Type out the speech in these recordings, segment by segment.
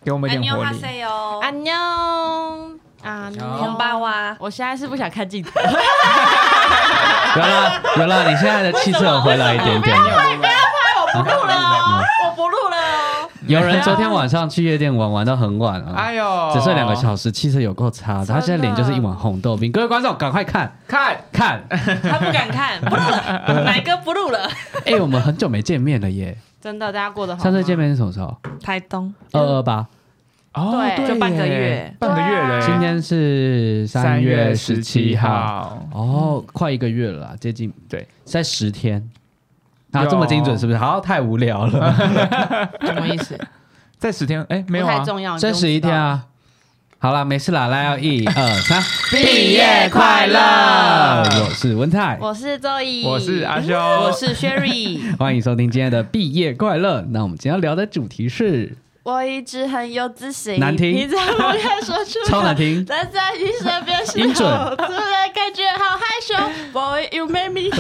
给我们一点活力。 安妞啊， 红包啊！ 我现在是不想看镜头。 有了，你现在的气色有回来一点点。 不要拍，我不录了哦，我不录了哦。 有人昨天晚上去夜店玩到很晚啊， 哎呦， 只睡2个小时，气色有够差，他现在脸就是一碗红豆冰。各位观众，赶快看， 看， 他不敢看，不录了，奶哥不录了。 哎，我们很久没见面了耶， 真的，大家过得好吗？ 上次见面是什么时候台东 ？228。 哦， 对就半个月， 半个月了。 今天是3月17号， 哦， 快1个月了啦，接近对， 在10天。啊，这么精准是不是？好，太无聊了。 什么意思？ 在10天？哎，没有啊， 不太重要， 在11天啊。好了，没事啦，来，1、2、3，毕业快乐！我是文泰， 我是周怡， 我是阿修， 我是 Sherry， 欢迎收听今天的毕业快乐。那我们今天要聊的主题是。 我一直很有自信， 难听， 你怎么敢说出来？ 超难听。 站在你身边时候， 音准， 突然感觉好害羞。Boy, you made me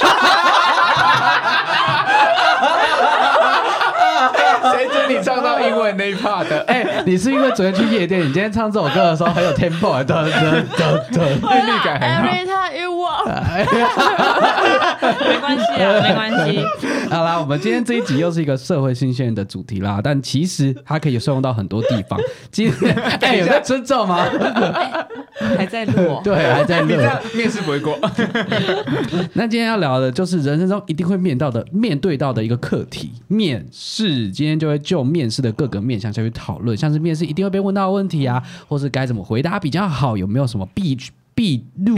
谁准你唱到英文那一 part 的？ 哎，你是因为昨天去夜店，你今天唱这首歌的时候很有 tempo， 韵律感很好。 Every time you walk， 没关系啊，没关系。 好啦，我们今天这一集又是一个社会新鲜的主题啦，但其实它可以适用到很多地方。今天哎，有在尊重吗？ 还在录， 对，还在录。 你这样面试不会过。 那今天要聊的就是人生中一定会面对到的一个课题——面试。今天就会就面试的各个面向下去讨论，像是面试一定会被问到的问题啊，或是该怎么回答比较好，有没有什么必录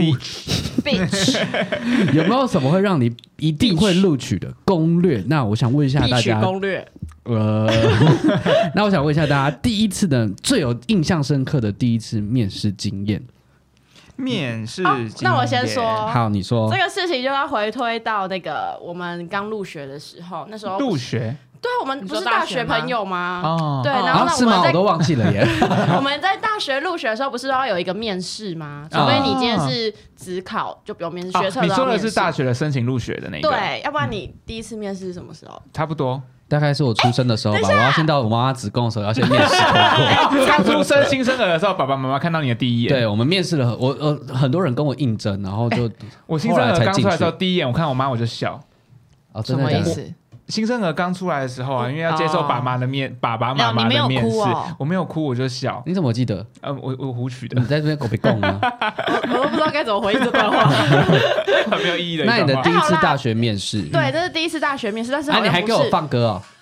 有没有什么会让你一定会录取的攻略？那我想问一下大家， 攻略。 那我想问一下大家，第一次的最有印象深刻的第一次面试经验。 面试那我先说， 好，你说这个事情就要回推到那个我们刚入学的时候，那时候入学。 对，我们不是大学朋友吗？ 哦， 对，然后是吗？我都忘记了耶。 我们在大学入学的时候，不是都要有一个面试吗？除非你今天是指考，就不用面试，学测都要面试。 你说的是大学的申请入学的那个？ 对，要不然你第一次面试是什么时候？ 差不多， 大概是我出生的时候吧。我要先到我妈妈子宫的时候，要先面试通过。 刚出生新生儿的时候，爸爸妈妈看到你的第一眼。 对，我们面试了，很多人跟我应征，然后就我新生儿刚出来的时候，第一眼我看我妈我就笑。 哦，真的假的？ 什么意思？ 新生儿刚出来的时候啊，因为要接受爸爸妈妈的面试，我没有哭我就笑。 你怎么记得？ 我胡取的。 你在这边狗屁供吗？ 我都不知道该怎么回应这段话， 很没有意义的。 那你的第一次大学面试？ 对，这是第一次大学面试，但是你还给我放歌哦。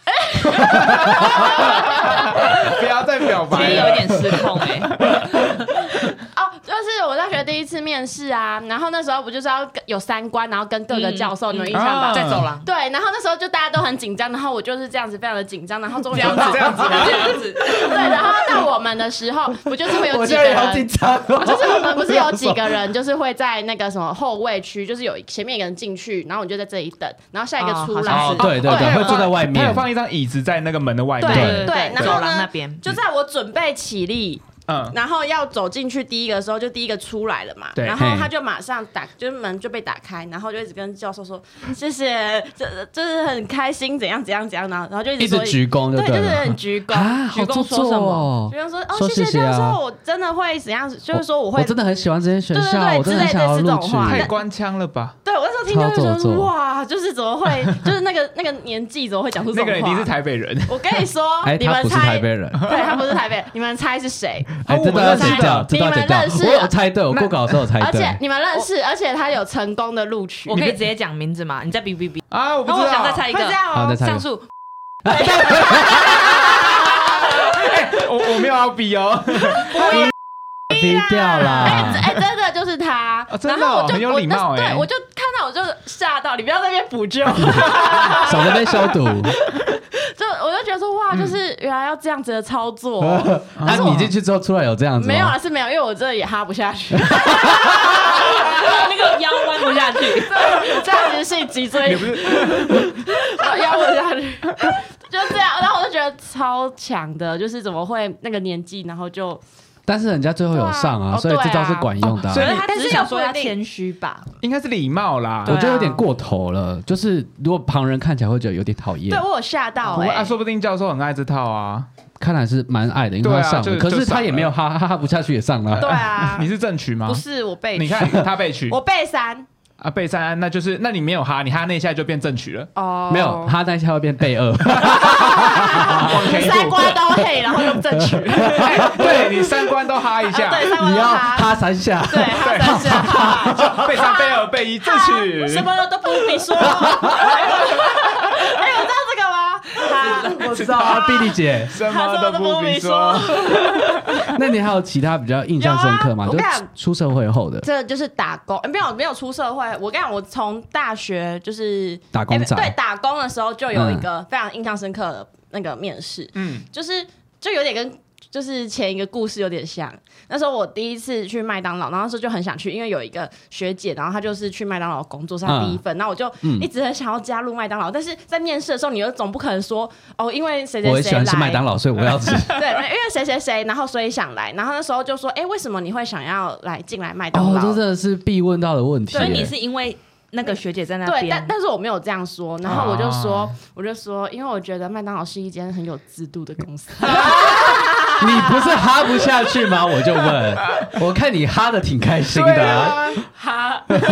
不要再表白了， 今天有点失控就是我大学第一次面试啊，然后那时候不就是要有3关，然后跟各个教授，你有印象吧？ 在走廊。 对，然后那时候就大家都很紧张，然后我就是这样子，非常的紧张，然后终于这样子， 对，然后到我们的时候，不就是会有几个人？ 好紧张哦！ 就是我们不是有几个人，就是会在那个什么后卫区，就是有前面一个人进去，然后你就在这里等，然后下一个出来。 对，会坐在外面。 他有放一张椅子在那个门的外面。 对，然后呢，那边就在我准备起立。然后要走进去第一个的时候，就第一个出来了嘛，然后他就马上就是门就被打开，然后就一直跟教授说谢谢，就是很开心，怎样，然后就一直鞠躬， 对，就是很鞠躬， 鞠躬说什么？ 鞠躬说哦谢谢教授，我真的会怎样，就是说我真的很喜欢这间学校，我真的之类的这种话， 太官腔了吧？ 对我那时候听就说哇，就是怎么会，就是那个年纪怎么会讲出这种话？ 那个一定是台北人。 我跟你说，你们猜， 他不是台北人， 对他不是台北人，你们猜是谁？ 真的要剪掉， 你们认识？ 我有猜对，我过稿的时候有猜对。 而且你们认识，而且他有成功的录取。 我可以直接讲名字吗？你再比啊！我不知道。 我想再猜一个。 这样哦， 上述。 我没有要比哦。 低掉啦！ 真的就是他， 然后我就很有礼貌对，我就看到我就吓到，你不要在那边补救， 手在被消毒。 就我就觉得说哇，就是原来要这样子的操作。 那你进去之后出来有这样子吗？ 没有啊，是没有，因为我这也哈不下去， 那个腰弯不下去， 暂时性脊椎腰不下去，就这样。然后我就觉得超强的，就是怎么会那个年纪，然后就。 但是人家最后有上啊，所以这招是管用的。 所以他只是想说要谦虚吧， 应该是礼貌啦。 我觉得有点过头了，就是如果旁人看起来会觉得有点讨厌。 对我有吓到说不定教授很爱这套啊。 看来是蛮矮的，因为他上了，可是他也没有哈不下去也上了。 对啊， 你是正取吗？ 不是，我背取。 你看他背取， 我背3。 背3，那就是那你没有哈，你哈那一下就变正取了。 没有哈那一下会变背2。 3关都黑，然后用正取。 对，你3关都哈一下， 你要哈3下。 对，哈3下， 背3背2背1正取， 什么都不必说。有知道这个吗？ 我知道啊，碧丽姐， 什么都不必说。 那你还有其他比较印象深刻吗？就出社会后的， 这就是打工，没有出社会。我跟你讲，我从大学就是打工仔， 对，打工的时候就有一个非常印象深刻的那个面试，就有点跟就是前一个故事有点像。那时候我第一次去麦当劳，然后那时候就很想去，因为有一个学姐，然后她就是去麦当劳工作，是她第一份，然后我就一直很想要加入麦当劳，但是在面试的时候，你又总不可能说因为谁谁谁来， 我喜欢吃麦当劳，所以我要吃。 对，因为谁谁谁，然后所以想来，然后那时候就说，为什么你会想要进来麦当劳？ 这真的是必问到的问题。 所以你是因为那个学姐在那边， 对，但是我没有这样说，然后我就说，因为我觉得麦当劳是一间很有制度的公司。 你不是哈不下去吗？我就问，我看你哈的挺开心的。 哈。可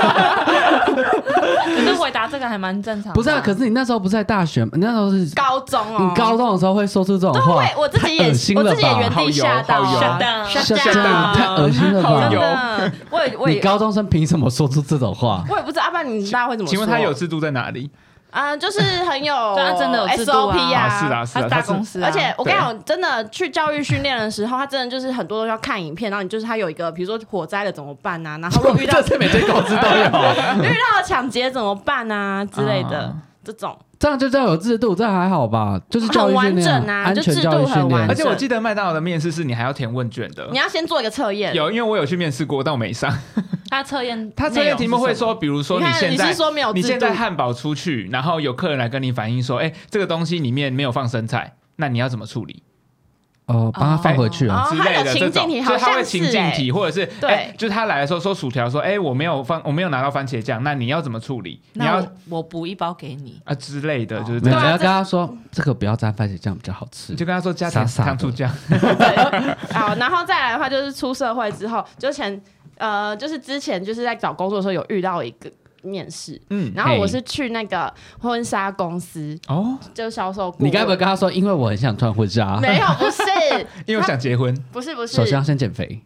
是回答这个还蛮正常的。 不是啊，可是你那时候不是在大学吗？你那时候是高中哦。 你高中的时候会说出这种话， 我自己也原地吓到， 太恶心了吧！ 真的， 你高中生凭什么说出这种话？ 我也不知道，阿爸你大家会怎么说？ 请问他有制度在哪里？ 就是很有， 他真的有 SOP 啊， 是啊， 他是大公司， 而且我跟你讲，真的去教育训练的时候，他真的就是很多都要看影片，然后你就是他有一个，比如说火灾了怎么办啊，然后如果遇到这是每间公司都有， 遇到抢劫怎么办啊之类的这种。 这样就叫有制度，这还好吧？就是教育训练，安全教育训练。 而且我记得麦当劳的面试是你还要填问卷的， 你要先做一个测验。 有，因为我有去面试过，但我没上。 他测验题目会说，比如说你现在汉堡出去，然后有客人来跟你反映说，这个东西里面没有放生菜，那你要怎么处理？ 帮他放回去啊之类的这种，所以他会情境题，或者是就是他来的时候说薯条说，我没有拿到番茄酱，那你要怎么处理？你要我补1包给你啊之类的，就是这样。 你要跟他说这个不要沾番茄酱比较好吃， 你就跟他说加糖醋酱。 好，然后再来的话就是出社会之后，就是之前就是在找工作的时候有遇到一个面试，然后我是去那个婚纱公司就销售顾问。 你该不会跟他说，因为我很想穿婚纱？ 没有，不是， 因为我想结婚。 不是， 首先要先减肥。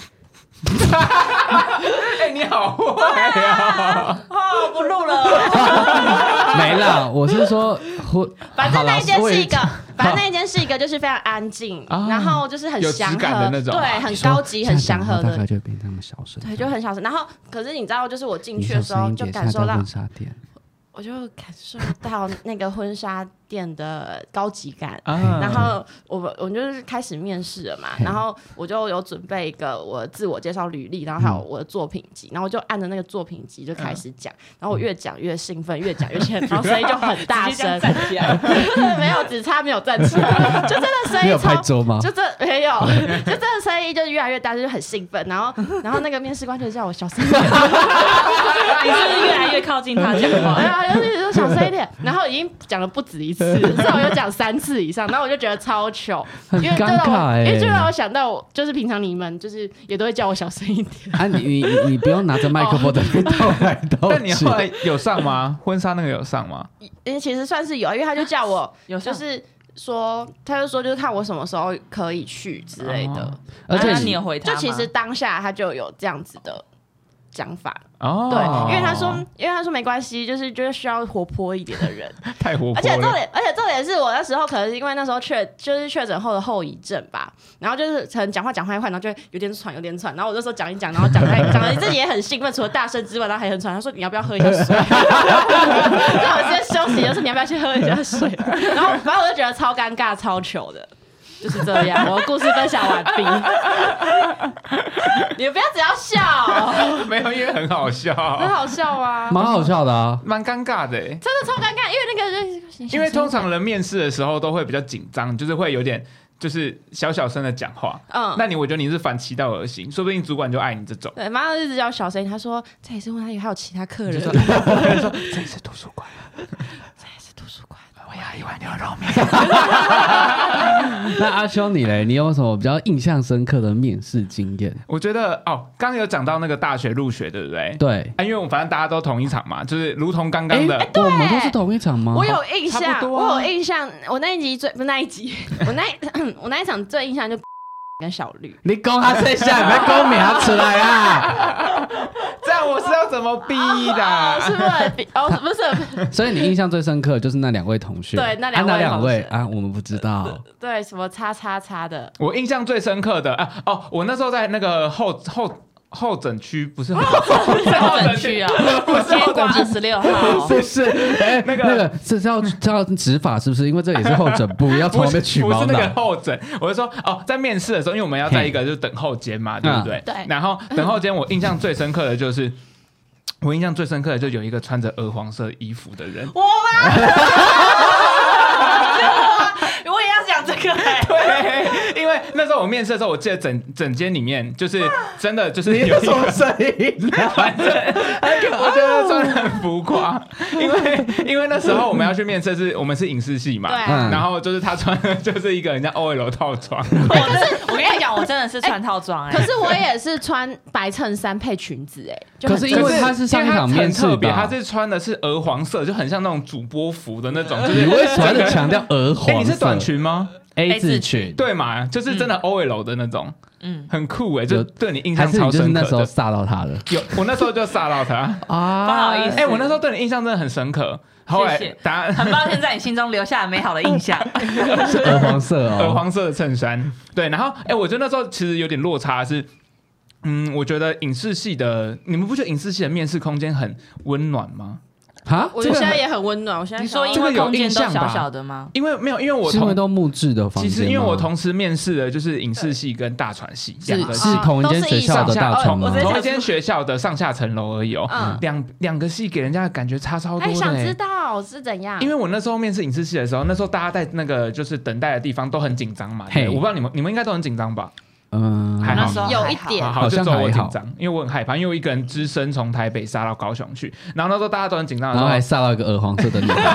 你好坏呀！ 不录了。 没了，我是说， 反正那一间是一个，就是非常安静，然后就是很祥和的那种， 对，很高级、很祥和的。 大概就变那么小声， 对，就很小声。然后，可是你知道，就是我进去的时候就感受到，我就感受到那个婚纱店的高级感，然后我就是开始面试了嘛，然后我就有准备一个我的自我介绍履历，然后还有我的作品集，然后我就按着那个作品集就开始讲，然后我越讲越兴奋，越讲越兴奋，然后声音就很大声，没有只差没有站起来，就真的声音没有拍桌吗？ 就真没有，就真的声音就越来越大，就很兴奋，然后那个面试官就叫我小声一点， 你是不是越来越靠近他讲话？ 就小声一点，然后已经讲了不止1次，至少有讲3次以上，然后我就觉得超糗， 很尴尬因为就让我想到，就是平常你们就是也都会叫我小声一点。 你不用拿着麦克风在那边逗来逗去。 但你后来有上吗？婚纱那个有上吗？ 其实算是有，因为他就叫我就是说，他就说就是看我什么时候可以去之类的。 而且你有回他吗？ 就其实当下他就有这样子的讲法。 对， 因为他说没关系，就是需要活泼一点的人， 太活泼了。 而且重点是我那时候可能是因为那时候确诊后的后遗症吧，然后就是可能讲话一块，然后就有点喘，然后我那时候讲一讲，然后讲的自己也很兴奋，除了大声之外，然后还很喘。他说你要不要喝一下水？然后我先休息，就说你要不要去喝一下水？然后反正我就觉得超尴尬、超糗的。就是这样，我的故事分享完毕。你们不要只要笑， 没有，因为很好笑， 很好笑啊， 蛮好笑的啊， 蛮尴尬的，真的超尴尬， 因为通常人面试的时候都会比较紧张，就是会有点就是小声的讲话。那我觉得你是反其道而行，说不定主管就爱你这种。 对，马上一直叫小声，他说这也是问他还有其他客人， 说这也是图书馆。我要1碗牛肉面。 那阿修你嘞？你有什么比较印象深刻的面试经验？ 我觉得刚刚有讲到那个大学入学，对不对？ 对因为我们反正大家都同一场嘛，就是如同刚刚的， 我们都是同一场吗？ 我有印象， 我有印象，我那一集我那一场最印象就跟小绿。 你讲他这下，你别讲名出来啊！ 这样我是要怎么逼的？ 是不是？不是。 所以你印象最深刻就是那2位同学， 对，那两位啊，我们不知道。 对，什么叉的？ 我印象最深刻的我那时候在那个候诊区，不是候诊区啊，不是候诊区26号， 不是那个是要执法是不是？因为这也是候诊部，要从那边取毛囊。 不是那个候诊，我是说在面试的时候，因为我们要在一个就是等候间嘛，对不对？ 对。 然后等候间，我印象最深刻的就有一个穿着鹅黄色衣服的人。 我吗？我也要讲这个对，因为那时候我面试的时候，我记得整间里面就是真的就是有什么声音？ 反正我觉得真的很浮夸，因为那时候我们要去面试，我们是影视系嘛，然后就是他穿的就是一个人家 OL 套装。 我跟你讲，我真的是穿套装可是我也是穿白衬衫配裙子可是因为他是上一场面试吧， 他是穿的是鹅黄色，就很像那种主播服的那种。 你为什么要强调鹅黄色？ 你是短裙吗 ？A 字裙， 对嘛，就是真的 OL 的那种，很酷就对你印象超深刻的。 就是那时候煞到他的， 我那时候就煞到他啊，不好意思， 我那时候对你印象真的很深刻。后来很抱歉在你心中留下了美好的印象。 是鹅黄色鹅黄色的衬衫，对，然后我觉得那时候其实有点落差是。我觉得影视系的，你们不觉得影视系的面试空间很温暖吗？ 我现在也很温暖。我现在你说因为空间都小小的吗？ 因为我是因为都木质的房间。 其实因为我同时面试的就是影视系跟大传系2个是同一间学校的大传吗？ 同一间学校的上下层楼而已两个系给人家的感觉差超多的。 想知道是怎样？ 因为我那时候面试影视系的时候，那时候大家在那个就是等待的地方都很紧张嘛。我不知道你们应该都很紧张吧？ 还好， 有一点， 好像我紧张，因为我很害怕，因为我一个人只身从台北杀到高雄去，然后那时候大家都很紧张， 然后还杀到一个鹅黄色的女孩，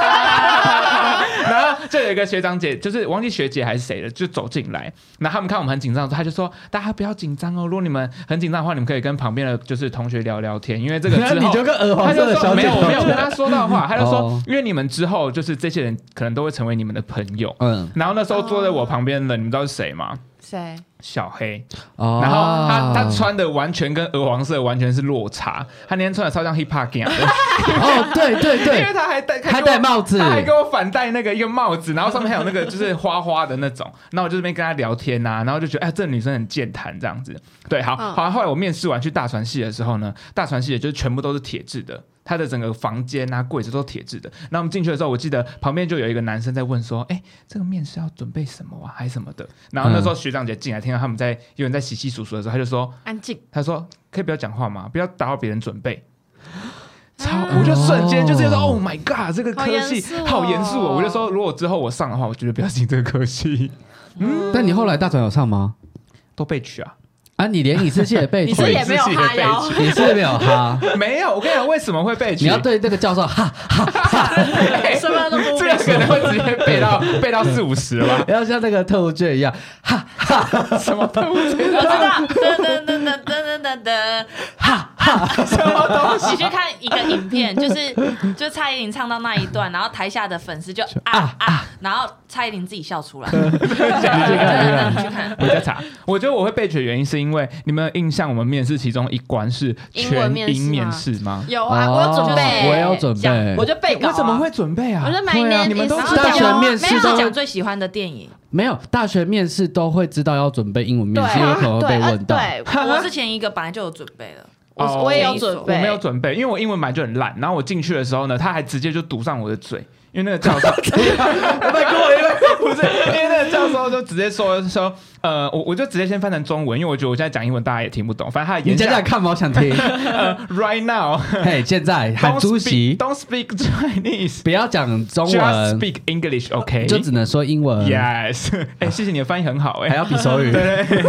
然后就有一个学长姐，就是忘记学姐还是谁了，就走进来，然后他们看我们很紧张的时候，他就说：“大家不要紧张哦，如果你们很紧张的话，你们可以跟旁边的就是同学聊聊天，因为这个之后你就跟鹅黄色的小姐没有跟他说到话，他就说，因为你们之后就是这些人可能都会成为你们的朋友。然后那时候坐在我旁边的，你们知道是谁吗？ 谁？ 小黑，然后他穿的完全跟鹅黄色完全是落差，他那天穿的超像 hip hop 的。 对， 因为他还戴帽子， 他还给我反戴那个一个帽子，然后上面还有那个就是花花的那种。然后我就这边跟他聊天然后就觉得这个女生很健谈这样子。对，好，后来我面试完去大传系的时候呢，大传系的就是全部都是铁质的。他的整个房间柜子都是铁质的。然后我们进去的时候，我记得旁边就有一个男生在问说：“这个面试要准备什么还是什么的？”然后那时候学长姐进来，听到他们有人在洗洗簌簌的时候，他就说：“ 安静。” 他说：“可以不要讲话吗？不要打扰别人准备。”我就瞬间就是说 ：“Oh my god， 这个科系好严肃哦！”我就说：“如果之后我上的话，我绝对不要进这个科系。” 但你后来大传有上吗？ 都被取啊。 你连影视系也被取， 你是也没有哈腰， 你是没有哈， 没有。我跟你讲，为什么会被取？ 你要对这个教授哈哈哈， 什么都不这个可能会直接背到40-50了吧？ 要像那个特务剧一样，哈哈， 什么特务剧？ 我知道，噔，哈哈， 什么东西？ 你去看一个影片，就是蔡依林唱到那一段，然后台下的粉丝就然后蔡依林自己笑出来。你去看， 我在查。我觉得我会被取的原因是因为你们有印象，我们面试其中一关是全英面试吗？ 有啊，我有准备， 我也有准备， 我就背稿。 为什么会准备啊？ 我就每年你们都大学面试都讲最喜欢的电影。 没有，大学面试都会知道要准备英文面试，因为可能会被问到。 对， 我之前一个本来就有准备了。 我也有准备， 我没有准备，因为我英文本来就很烂。然后我进去的时候呢，他还直接就堵上我的嘴，因为那个教授，不是，因为那个教授就直接说，我就直接先翻成中文，因为我觉得我现在讲英文大家也听不懂。反正他的你讲讲看嘛，我想听。 Right now， 嘿，现在喊主席 ，Don't speak Chinese， 不要讲中文 ，Just speak English，OK， 就只能说英文。 Yes， 谢谢你的翻译很好， 还要比手语。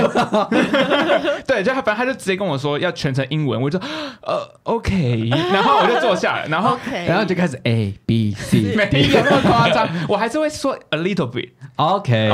对，就反正他就直接跟我说要全程英文，我就OK， 然后我就坐下了，然后就开始 A B C， 没有那么夸张，我还是会说 a little bit。OK，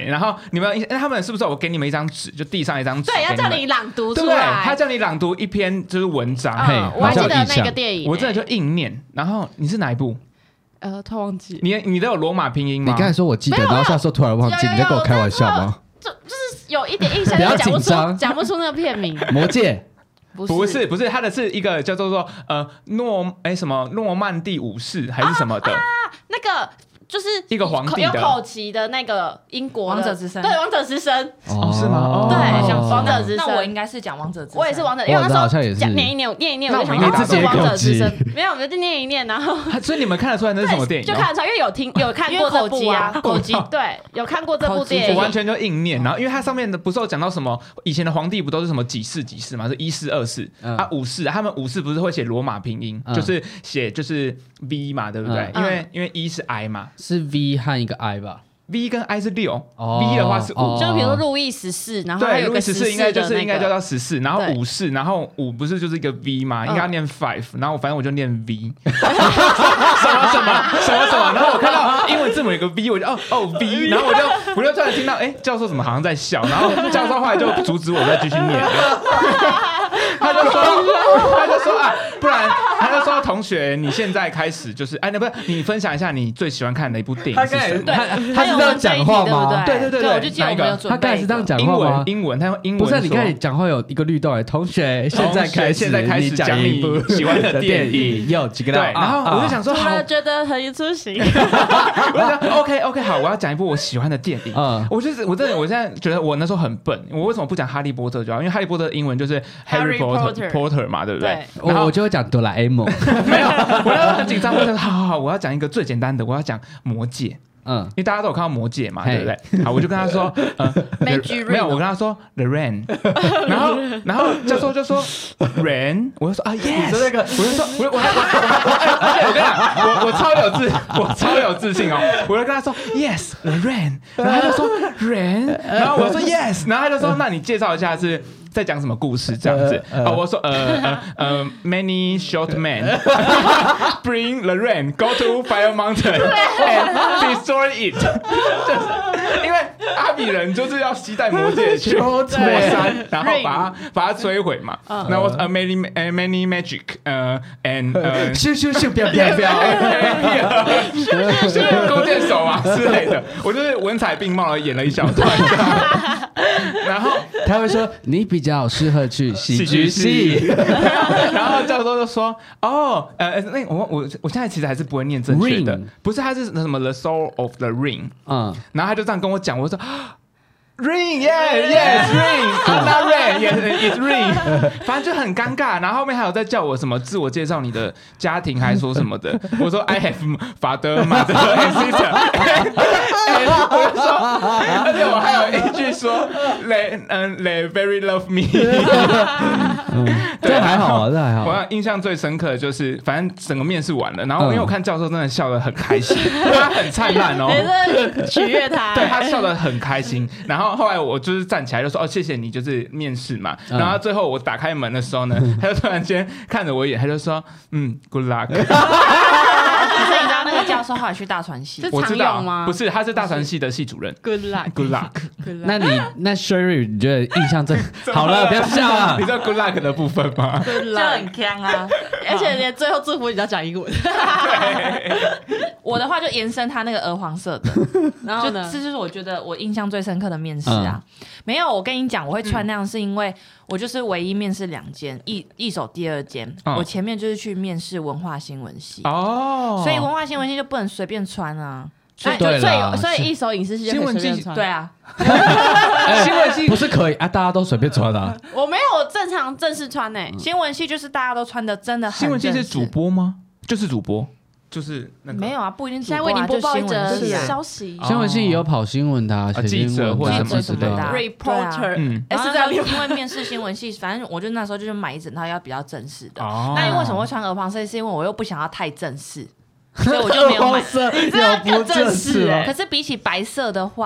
然后你们他们是不是我给你们一张纸，就递上一张纸， 对，要叫你朗读出来， 对， 他叫你朗读一篇就是文章。 我还记得那个电影， 我真的就硬念。然后你是哪一部？ 突然忘记。 你都有罗马拼音吗？ 你刚才说我记得，然后现在说突然忘记，你在跟我开玩笑吗？ 就是有一点印象，讲不出那个片名。 魔戒。 不是，它的是一个叫做什么诺曼底武士还是什么的那个就是一个皇帝的有口旗的那个英国王者之声， 对，王者之声是吗？ 对，像王者之声， 那我应该是讲王者之声， 我也是王者，因为那时候念一念，我就想说是王者之声，没有，我们就念一念，然后所以你们看得出来那是什么电影？ 就看得出来，因为有看过这部啊， 口技对，有看过这部电影， 我完全就硬念，然后因为它上面的不是有讲到什么以前的皇帝不都是什么几世嘛，是1世2世武士，他们武士不是会写罗马拼音，就是写就是 V 嘛，对不对？因为1是 I 嘛， 是 V 和一个 I 吧。 V 跟 I 是6，V 的话是5， 就比如路易14，然后对，路易14应该叫到14，然后 5 世，然后5不是就是一个 V 嘛，应该要念 5，然后反正我就念 V， 什么，然后我看到英文字母有个 V， 我就V， 然后我就突然听到教授怎么好像在笑，然后教授后来就阻止我再继续念，他就说啊，不然他就说同学你现在开始就是不是你分享一下你最喜欢看的一部电影是什么？ 他是这样讲话吗？ 对， 我就记得我没有准备。 他刚才是这样讲话吗？ 英文，他用英文。 不是，你看你讲话有一个律动同学现在开始讲一部喜欢的电影， 有几个对，然后我就想说，好， 觉得很有出息。 我就想 OK 好，我要讲一部我喜欢的电影。我现在觉得我那时候很笨，我为什么不讲哈利波特就好？因为哈利波特的英文就是 Harry Potter 嘛，对不对？ 我就会讲哆啦 A 梦。 没有，我那时候很紧张，我说好，我要讲一个最简单的，我要讲魔戒。因为大家都有看到魔戒嘛，对不对？好，我就跟他说，没有，我跟他说 The Rain， 然后教授就说 Rain， 我就说Yes， 我就说我跟你讲，我超有自信哦，我就跟他说 Yes The Rain， 然后他就说 Rain， 然后我说 Yes， 然后他就说那你介绍一下是在讲什么故事这样子？我说many short men bring the rain go to Fire Mountain and destroy it， 就是因为阿比人就是要携带魔戒去火山，然后把它摧毁嘛。然后many magic and 咻不要弓箭手啊之类的，我就是文采并茂的演了一小段，然后他会说你比较适合去戏剧系， 然后教授就说那我现在其实还是不会念正确的，不是他是什么 The Soul of the Ring， 然后他就这样跟我讲，我说Ring yes ring not rain yes it's ring， 反正就很尴尬，然后后面还有在叫我什么自我介绍你的家庭还说什么的，我说 I have father mother and sister， 我就说，而且我还有一句说 they very love me， 这还好啊，这还好。 我印象最深刻的就是，反正整个面试完了，然后因为我看教授真的笑得很开心，他很灿烂哦， 取悦他， 对他笑得很开心，然后后来我就是站起来就说谢谢你，就是面试嘛。然后最后我打开门的时候呢，他就突然间看着我一眼，他就说good luck。 所以你知道那个教授后来去大传系， 我知道吗？不是，他是大传系的系主任。 Good luck。 那 Sherry 你觉得印象最好了？不要笑啊！ 你知道 good luck 的部分吗？ 就很强啊， 而且连最后祝福你要讲英文。 我的话就延伸他那个鹅黄色的，然后呢，这就是我觉得我印象最深刻的面试啊。没有，我跟你讲，我会穿那样是因为我就是唯一面试2间，一手第2间，我前面就是去面试文化新闻系所以文化新闻系就不能随便穿啊。 所以一手影视系就可以随便穿。 对啊， 新闻系不是可以啊，大家都随便穿啊。 我没有正常正式穿新闻系就是大家都穿的真的很正式。 新闻系是主播吗？就是主播。就是那个没有啊，不一定主播啊， 现在为您播报一则消息。 新闻系也有跑新闻的记者或者什么的 reporter。 是在因为面试新闻系，反正我就那时候就是买一整套要比较正式的。那因为为什么会穿鹅黄色？是因为我又不想要太正式，所以我就没有买。 有不正式可是比起白色的话，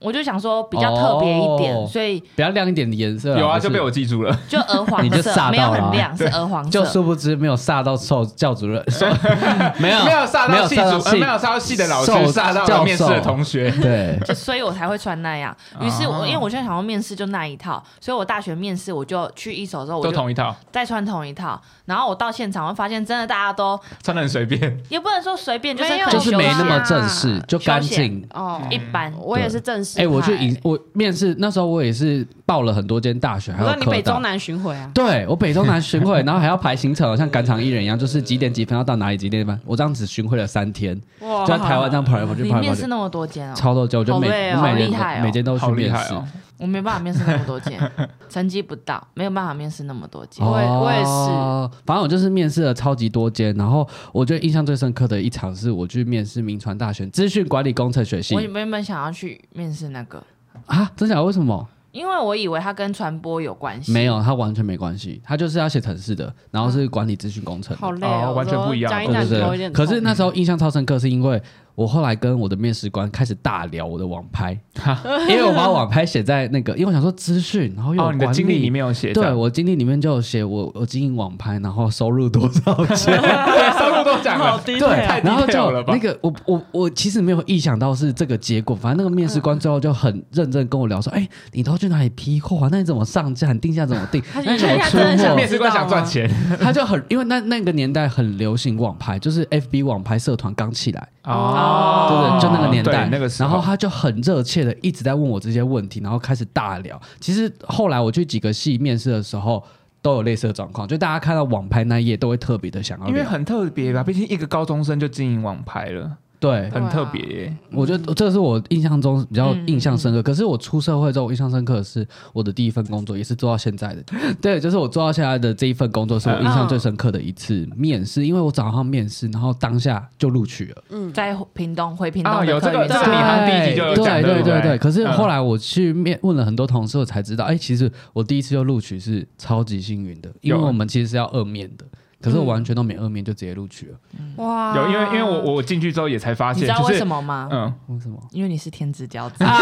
我就想说比较特别一点，所以比较亮一点的颜色。 有啊，就被我记住了， 就鹅黄色， 你就煞到了， 没有很亮，是鹅黄色。 就殊不知没有煞到教主任，没有煞到系主，没有煞到系的老师，煞到面试的同学。 对， 所以我才会穿那样。于是因为我现在想要面试就那一套，所以我大学面试我就去一手的时候我就都同一套， 再穿同一套。然后我到现场，我发现真的大家都穿得很随便， 也不能说随便， 就是没那么正式，就干净一般。 我也是正式。 我面试那时候我也是报了很多间大学，还有科大。 你北中南巡回啊？ 对，我北中南巡回，然后还要排行程，像赶场艺人一样，就是几点几分要到哪里，几点半。我这样子巡回了3天，就在台湾这样跑来跑去。 你面试那么多间啊？ 超多间，我就每间都去面试。 我没办法面试那么多间，成绩不到，没有办法面试那么多间。 我也是， 反正我就是面试了超级多间，然后我觉得印象最深刻的一场是我去面试銘传大学资讯管理工程学系。 我原本想要去面试那个啊，真假的？为什么？ 因为我以为它跟传播有关系， 没有，它完全没关系，它就是要写程式的，然后是管理资讯工程， 好累哦， 完全不一样。 对。可是那时候印象超深刻，是因为我后来跟我的面试官开始大聊我的网拍，因为我把网拍写在那个，因为我想说资讯，然后又有你的经历里面有写， 对我经历里面就有写我经营网拍，然后收入多少钱， 收入都讲了， 对，然后就那个我其实没有意想到是这个结果，反正那个面试官最后就很认真跟我聊说，你都去哪里批货啊？那你怎么上架？你定价怎么定？那你怎么出货？ 面试官想赚钱， 他就很因为那个年代很流行网拍，就是 FB 网拍社团刚起来。对，就那个年代，然后他就很热切的一直在问我这些问题，然后开始大聊。其实后来我去几个系面试的时候，都有类似的状况，就大家看到网拍那一页都会特别的想要聊， 因为很特别吧，毕竟一个高中生就经营网拍了。 对， 很特别耶。 我觉得这是我印象中比较印象深刻。可是我出社会之后，我印象深刻的是我的第一份工作，也是做到现在的。对，就是我做到现在的这一份工作，是我印象最深刻的一次面试。因为我早上面试，然后当下就录取了。 在屏东回屏东有这个，你好像第一集就有讲。 对。可是后来我去问了很多同事，我才知道，其实我第一次就录取是超级幸运的，因为我们其实是要2面的。可是我完全都没2面就直接录取了。 哇！ 有，因为我进去之后也才发现， 你知道为什么吗？ 为什么？ 因为你是天之骄子。 你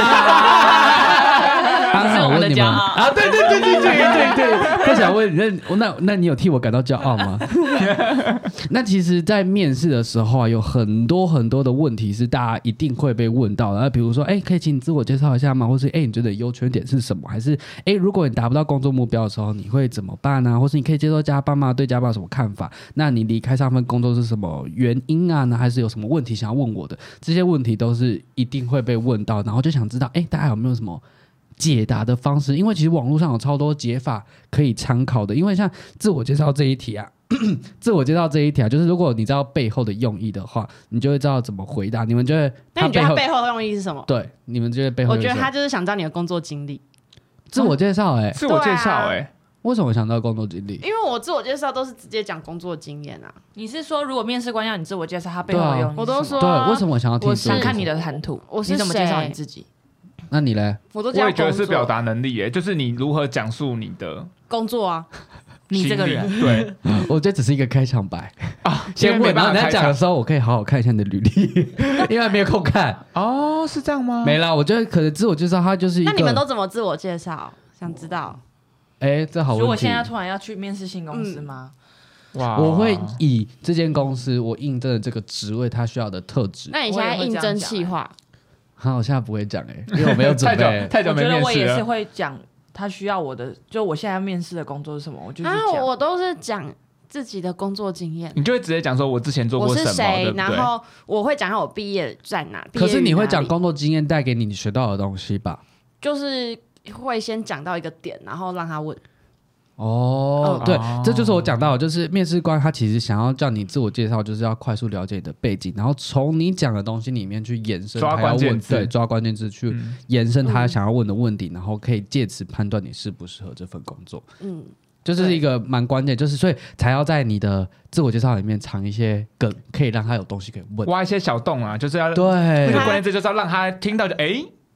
是我们的骄傲啊！对。不想问你，那你有替我感到骄傲吗？那其实，在面试的时候有很多很多的问题是大家一定会被问到的。比如说，可以请你自我介绍一下吗？或是你觉得优缺点是什么？还是如果你达不到工作目标的时候，你会怎么办呢？或是你可以接受加班吗？对加班有什么看法？那你离开上份工作是什么原因啊？还是有什么问题想要问我的？这些问题都是一定会被问到，然后就想知道，大家有没有什么解答的方式？因为其实网络上有超多解法可以参考的。因为像自我介绍这一题啊，就是如果你知道背后的用意的话，你就会知道怎么回答。你们觉得？ 那你觉得他背后的用意是什么？ 对，你们觉得背后？ 我觉得他就是想知道你的工作经历。 自我介绍， 自我介绍， 为什么想到工作经历？ 因为我自我介绍都是直接讲工作经验啊。 你是说，如果面试官要你自我介绍，他背后的用意？ 我都说， 对，为什么我想要听？ 我想看你的谈吐，你怎么介绍你自己？ 那你嘞？ 我也觉得是表达能力耶，就是你如何讲述你的工作啊。 你这个人， 对， 我觉得只是一个开场白啊。先问，然后你在讲的时候，我可以好好看一下你的履历，因为没有空看。 哦，是这样吗？ 没啦，我觉得可能自我介绍，它就是一个。 那你们都怎么自我介绍？想知道？ 这好问题。 如果现在突然要去面试新公司吗？ 哇！我会以这间公司我应征的这个职位，它需要的特质。 那你现在应征企划？ 好，我现在不会讲因为我没有准备， 太久没面试了。 我觉得我也是会讲他需要我的，就我现在面试的工作是什么，我就讲。 我都是讲自己的工作经验， 你就会直接讲说我之前做过什么， 我是谁， 对不对？ 然后我会讲我毕业在哪。 可是你会讲工作经验带给你学到的东西吧？ 就是会先讲到一个点，然后让他问。 对，这就是我讲到的，就是面试官他其实想要叫你自我介绍，就是要快速了解你的背景，然后从你讲的东西里面去延伸抓关键字， 抓关键字去延伸他想要问的问题，然后可以借此判断你适不适合这份工作。就是一个蛮关键，就是所以才要在你的自我介绍里面藏一些梗，可以让他有东西可以问， 挖一些小洞啊，就是要对， 那个关键字就是要让他听到就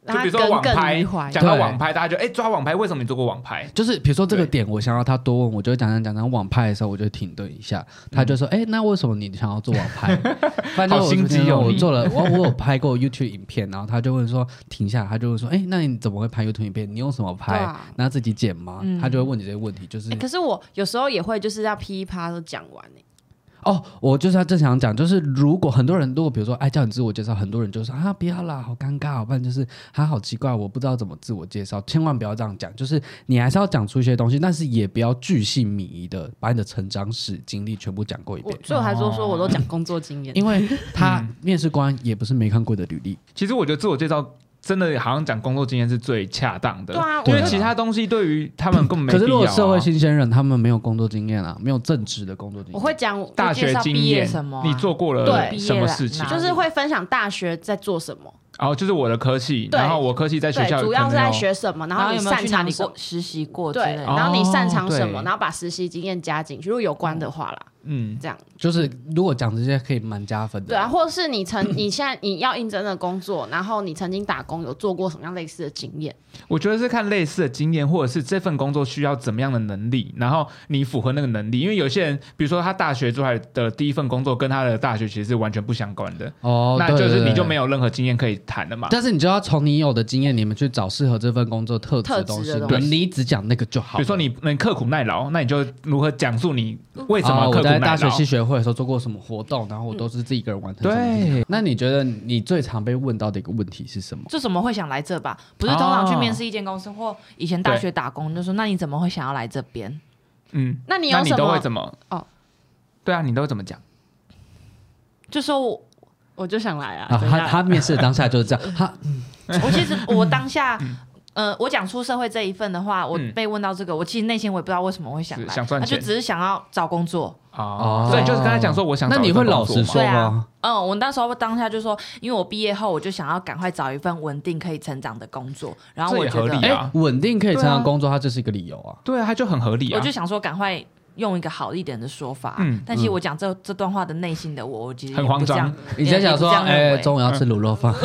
就比如说网拍，讲到网拍，大家就抓网拍，为什么你做过网拍？ 就是比如说这个点，我想要他多问，我就会讲网拍的时候，我就停顿一下，他就说，那为什么你想要做网拍？ 好心机哦！ 我做了，我有拍过 YouTube 影片，然后他就会说停下来，他就会说，那你怎么会拍 YouTube 影片？你用什么拍？那自己剪吗？他就会问你这些问题，就是。 可是我有时候也会就是要噼啪都讲完我就是要正想讲，就是如果比如说叫你自我介绍，很多人就说不要啦，好尴尬，不然就是好奇怪，我不知道怎么自我介绍，千万不要这样讲，就是你还是要讲出一些东西，但是也不要巨细靡遗的把你的成长史经历全部讲过一遍。 所以我还说我都讲工作经验， 因为他面试官也不是没看过的履历。 其实我觉得自我介绍真的好像讲工作经验是最恰当的， 对啊， 因为其他东西对于他们根本没必要。 可是如果社会新鲜人，他们没有工作经验没有正职的工作经验， 我会讲大学经验什么， 你做过了什么事情， 就是会分享大学在做什么。 就是我的科系，然后我科系在学校主要是在学什么，然后你擅长什么， 实习过之类的， 然后你擅长什么，然后把实习经验加进去，如果有关的话啦。这样就是如果讲这些可以蛮加分的。 对啊，或者是你现在你要应征的工作，然后你曾经打工有做过什么样类似的经验？ 我觉得是看类似的经验，或者是这份工作需要怎么样的能力，然后你符合那个能力。因为有些人，比如说他大学出来的第一份工作跟他的大学其实是完全不相关的，那就是你就没有任何经验可以谈的嘛。 但是你就要从你有的经验，你们去找适合这份工作特质的东西，你只讲那个就好。 比如说你刻苦耐劳，那你就如何讲述你为什么刻苦耐劳。 我在大学系学会的时候做过什么活动，然后我都是自己一个人完成。对，那你觉得你最常被问到的一个问题是什么？ 就怎么会想来这吧？不是通常去面试一间公司或以前大学打工，就说那你怎么会想要来这边？ 那你有什么？ 都会怎么？对啊，你都会怎么讲？ 就说我就想来啊。 他面试的当下就是这样。 我其实我当下。我讲出社会这一份的话，我被问到这个，我其实内心我也不知道为什么会想来， 想赚钱， 就只是想要找工作。 所以就是跟他讲说我想找那你会老实说吗？ 我那时候当下就说，因为我毕业后我就想要赶快找一份稳定可以成长的工作，然后我觉得稳定可以成长的工作，它这是一个理由啊。 对啊，它就很合理啊。 我就想说赶快用一个好一点的说法，但其实我讲这段话的内心的我其实很慌张。 你在想说，中午要吃卤肉饭，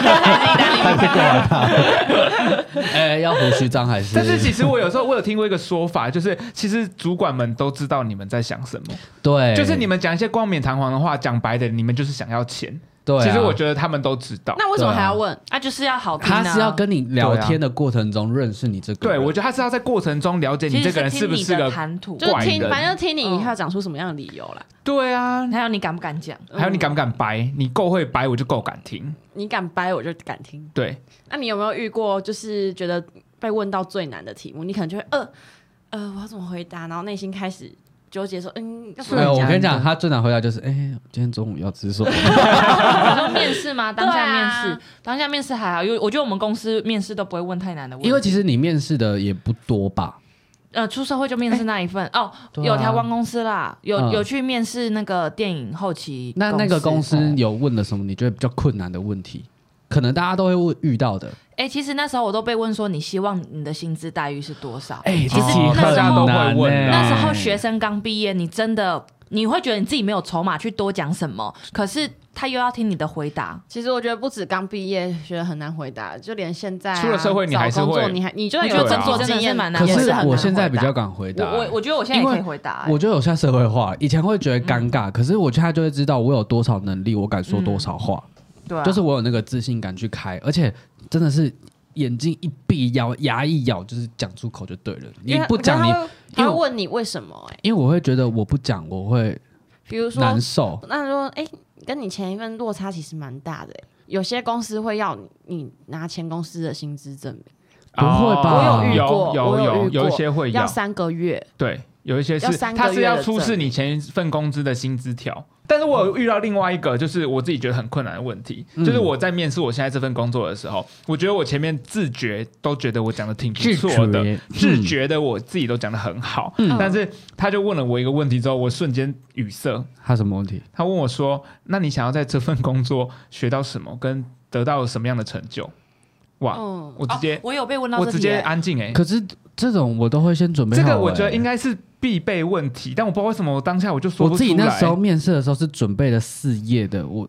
要胡须章还是？ 但是其实我有时候我有听过一个说法，就是其实主管们都知道你们在想什么， 对， 就是你们讲一些冠冕堂皇的话，讲白的，你们就是想要钱。 对， 其实我觉得他们都知道。 那为什么还要问？ 就是要好听啊。 他是要跟你聊天的过程中认识你这个人。 对，我觉得他是要在过程中了解你这个人是不是个谈吐， 就听，反正听你以后讲出什么样的理由来。 对啊， 还有你敢不敢讲？ 还有你敢不敢掰？你够会掰，我就够敢听。 你敢掰，我就敢听。 对。 那你有没有遇过就是觉得被问到最难的题目？你可能就会我要怎么回答？然后内心开始纠结说， 我跟你讲，他最难回答就是，今天中午要吃什么？ 你说面试吗？当下面试还好，因为我觉得我们公司面试都不会问太难的问题。 因为其实你面试的也不多吧？ 出社会就面试那一份有台湾公司啦，有去面试那个电影后期。 那个公司有问了什么？你觉得比较困难的问题？可能大家都会遇到的。 其实那时候我都被问说，你希望你的薪资待遇是多少？ 其实大家都会问。 那时候学生刚毕业，你真的你会觉得你自己没有筹码去多讲什么，可是他又要听你的回答。 其实我觉得不止刚毕业觉得很难回答，就连现在出了社会你还是会， 你就有工作经验蛮难。 可是我现在比较敢回答。 我觉得我现在也可以回答。 我觉得我现在社会化，以前会觉得尴尬，可是我现在就会知道我有多少能力，我敢说多少话。 对， 就是我有那个自信感去开，而且真的是眼睛一闭，牙一咬，就是讲出口就对了。你不讲， 他会问你为什么？ 因为我会觉得我不讲，我会比如说难受。 那说跟你前一份落差其实蛮大的。有些公司会要你拿前公司的薪资证明。 不会吧？ 我有遇过， 有一些会要3个月。 对，有一些是他是要出示你前一份工资的薪资条。但是我有遇到另外一个，就是我自己觉得很困难的问题，就是我在面试我现在这份工作的时候，我觉得我前面自觉都觉得我讲的挺不错的，自觉的我自己都讲的很好，但是他就问了我一个问题之后，我瞬间语塞。 他什么问题？ 他问我说：“那你想要在这份工作学到什么，跟得到什么样的成就？”哇！我直接我有被问到， 我直接安静可是这种我都会先准备好。 这个我觉得应该是必备问题，但我不知道为什么我当下我就说不出来。 我自己那时候面试的时候是准备了4页的，我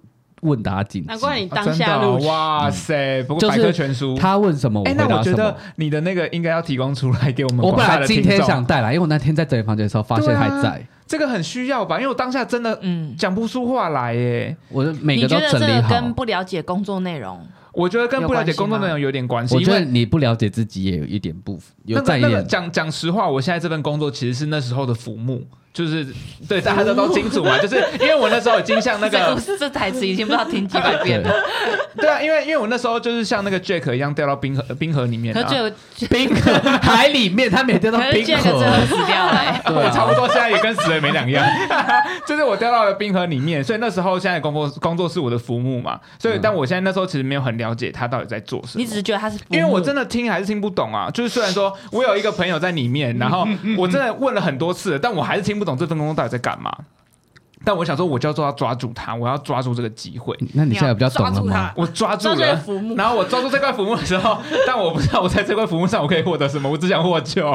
问答紧急。 难怪你当下录取， 哇塞！不过百科全书， 他问什么我回答什么。 那我觉得你的那个应该要提供出来给我们。 我本来今天想带来，因为我那天在整理房间的时候发现还在。 这个很需要吧，因为我当下真的讲不出话来耶。 我每个都整理好。 你觉得这个跟不了解工作内容？ 我觉得跟不了解工作内容有点关系。 我觉得你不了解自己也有一点有在一点。 讲实话，我现在这份工作其实是那时候的浮木。就是对大家都清楚嘛，就是因为我那时候已经像那个这台词已经不知道听几百遍了。 对啊，因为我那时候就是像那个 Jack 一样掉到冰河里面， 可是冰河海里面，他没掉到冰河， 可是 Jack 最后死掉了。 我差不多现在也跟死人没两样，就是我掉到了冰河里面，所以那时候现在工作是我的浮木嘛，所以但我现在那时候其实没有很了解他到底在做什么。 你只是觉得他是浮木， 因为我真的听还是听不懂啊。就是虽然说我有一个朋友在里面，然后我真的问了很多次，但我还是听不懂这份工作到底在干嘛。但我想说，我就要抓住他，我要抓住这个机会。 那你现在比较懂了吗？ 我抓住了，然后我抓住这块浮木的时候，但我不知道我在这块浮木上我可以获得什么，我只想获救。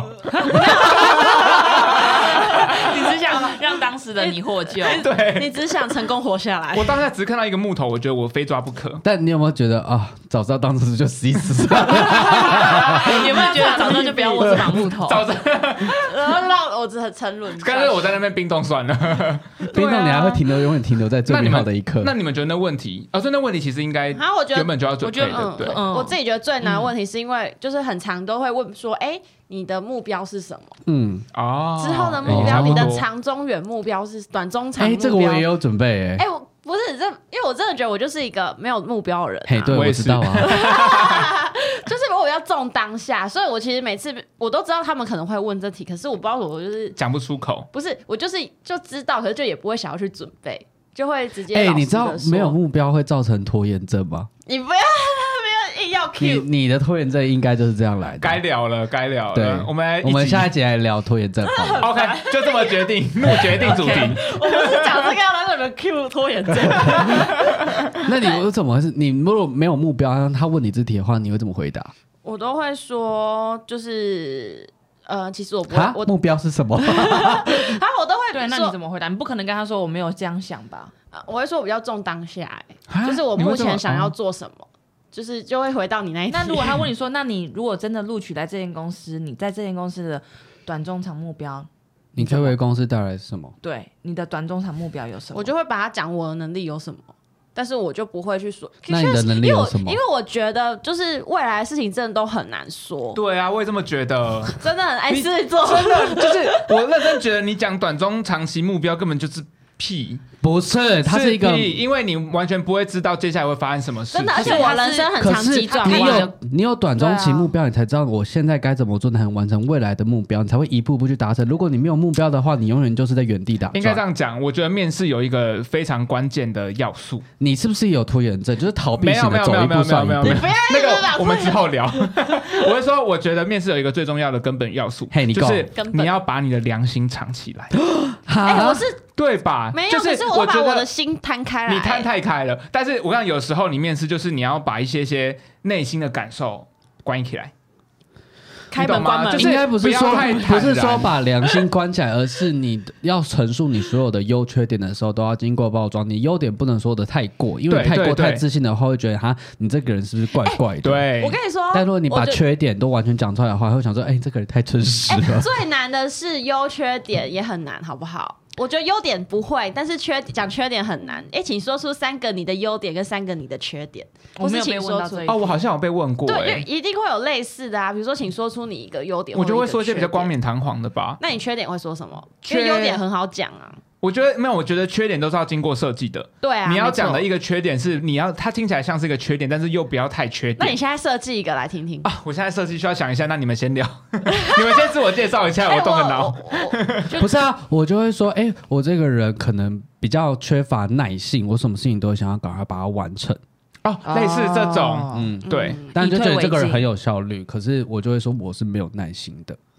你只想让当时的你获救， 对， 你只想成功活下来。 我当下只看到一个木头，我觉得我非抓不可。 但你有没有觉得啊，早知道当时就死一死？ 你有没有觉得早知道就不要握这把木头？ 然后让我只很沉沦。 干脆我在那边冰冻算了。 冰冻你还会永远停留在最美好的一刻。 那你们觉得那问题？那问题其实应该原本就要准备的。对， 我自己觉得最难的问题是因为就是很常都会问说，你的目标是什么？之后的目标，你的长中远目标是短中长目标？ 这个我也有准备。 我不是因为我真的觉得我就是一个没有目标的人。 对，我知道啊。 就是我要中当下，所以我其实每次我都知道他们可能会问这题，可是我不知道我就是讲不出口。 不是，我就知道，可是就也不会想要去准备，就会直接。 你知道没有目标会造成拖延症吗？ 你不要。硬要 Q 你的拖延症应该就是这样来的。 该聊了。 对， 我们下一集来聊拖延症。 OK， 就这么决定，决定主题。 我不是讲这个要来你们 Q 拖延症。 那你会怎么回事？你如果没有目标，他问你这题的话，你会怎么回答？ 我都会说，就是其实我不会。我目标是什么？ 我都会对。那你怎么回答？你不可能跟他说我没有这样想吧？ 我会说我比较重当下，就是我目前想要做什么。就会回到你那一题。 那如果他问你说，那你如果真的录取来这间公司，你在这间公司的短中长目标， 你可以为公司带来什么？ 对，你的短中长目标有什么？ 我就会把它讲我的能力有什么，但是我就不会去说。 那你的能力有什么？ 因为我觉得就是未来的事情真的都很难说。 对啊，我也这么觉得。 真的很爱狮子座， 真的就是我认真觉得你讲短中长期目标根本就是屁。 不是，它是一个， 因为你完全不会知道接下来会发生什么事。 真的，而且我人生很长期转换。你有短中期目标，你才知道我现在该怎么做才能完成未来的目标，你才会一步步去达成。如果你没有目标的话，你永远就是在原地打转。 应该这样讲，我觉得面试有一个非常关键的要素。 你是不是有拖延症？就是逃避型的，走一步算一步。 你不要那个，我们之后聊。我会说，我觉得面试有一个最重要的根本要素，就是你要把你的良心藏起来。 我是。 对吧？ 没有，可是我把我的心摊开来。 你摊太开了，但是我看有时候你面试就是你要把一些内心的感受关起来， 开门关门， 应该不是说把良心关起来，而是你要陈述你所有的优缺点的时候都要经过包装。你优点不能说的太过，因为太过太自信的话，会觉得你这个人是不是怪怪的？ 对， 我跟你说， 但如果你把缺点都完全讲出来的话，会想说，这个人太真实了。 最难的是优缺点也很难，好不好？我觉得优点不会，但是讲缺点很难。请说出3个你的优点跟3个你的缺点。 我没有被问到这一我好像有被问过。 对，一定会有类似的啊。比如说，请说出你一个优点。 我就会说一些比较冠冕堂皇的吧。 那你缺点会说什么？因为优点很好讲啊。 我觉得没有，我觉得缺点都是要经过设计的。 对啊， 你要讲的一个缺点是它听起来像是一个缺点，但是又不要太缺点。 那你现在设计一个来听听啊！我现在设计需要想一下，那你们先聊，你们先自我介绍一下，我动个脑。 不是啊，我就会说，我这个人可能比较缺乏耐性，我什么事情都想要赶快把它完成。 类似这种，对。 但就觉得这个人很有效率，可是我就会说我是没有耐心的。